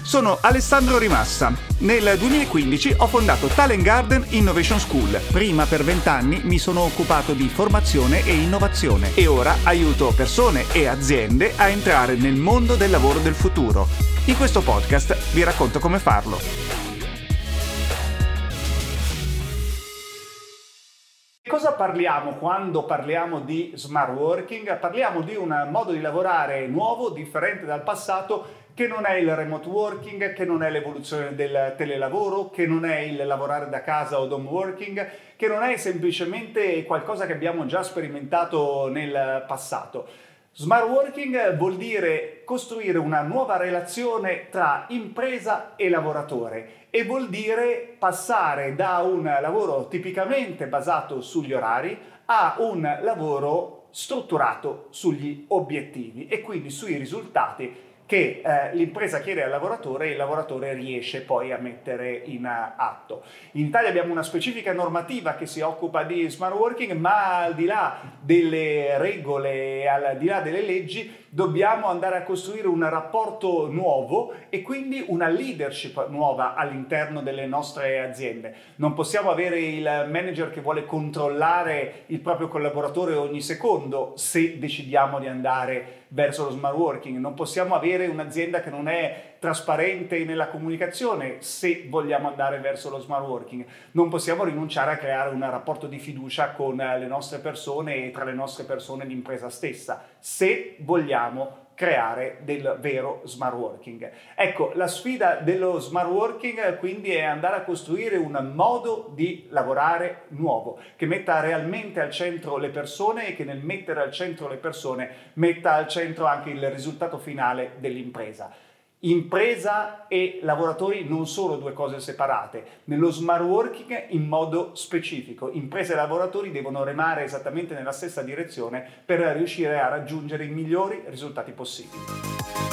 Sono Alessandro Rimassa. Nel 2015 ho fondato Talent Garden Innovation School. Prima per 20 anni mi sono occupato di formazione e innovazione e ora aiuto persone e aziende a entrare nel mondo del lavoro del futuro. In questo podcast vi racconto come farlo. Cosa parliamo quando parliamo di smart working? Parliamo di un modo di lavorare nuovo, differente dal passato, che non è il remote working, che non è l'evoluzione del telelavoro, che non è il lavorare da casa o home working, che non è semplicemente qualcosa che abbiamo già sperimentato nel passato. Smart working vuol dire costruire una nuova relazione tra impresa e lavoratore e vuol dire passare da un lavoro tipicamente basato sugli orari a un lavoro strutturato sugli obiettivi e quindi sui risultati che l'impresa chiede al lavoratore e il lavoratore riesce poi a mettere in atto. In Italia abbiamo una specifica normativa che si occupa di smart working, ma al di là delle regole, al di là delle leggi, dobbiamo andare a costruire un rapporto nuovo e quindi una leadership nuova all'interno delle nostre aziende. Non possiamo avere il manager che vuole controllare il proprio collaboratore ogni secondo se decidiamo di andare verso lo smart working. Non possiamo avere un'azienda che non è trasparente nella comunicazione se vogliamo andare verso lo smart working. Non possiamo rinunciare a creare un rapporto di fiducia con le nostre persone e tra le nostre persone e l'impresa stessa se vogliamo creare del vero smart working. Ecco, la sfida dello smart working quindi è andare a costruire un modo di lavorare nuovo che metta realmente al centro le persone e che nel mettere al centro le persone metta al centro anche il risultato finale dell'impresa. Impresa e lavoratori non sono due cose separate. Nello smart working in modo specifico, impresa e lavoratori devono remare esattamente nella stessa direzione per riuscire a raggiungere i migliori risultati possibili.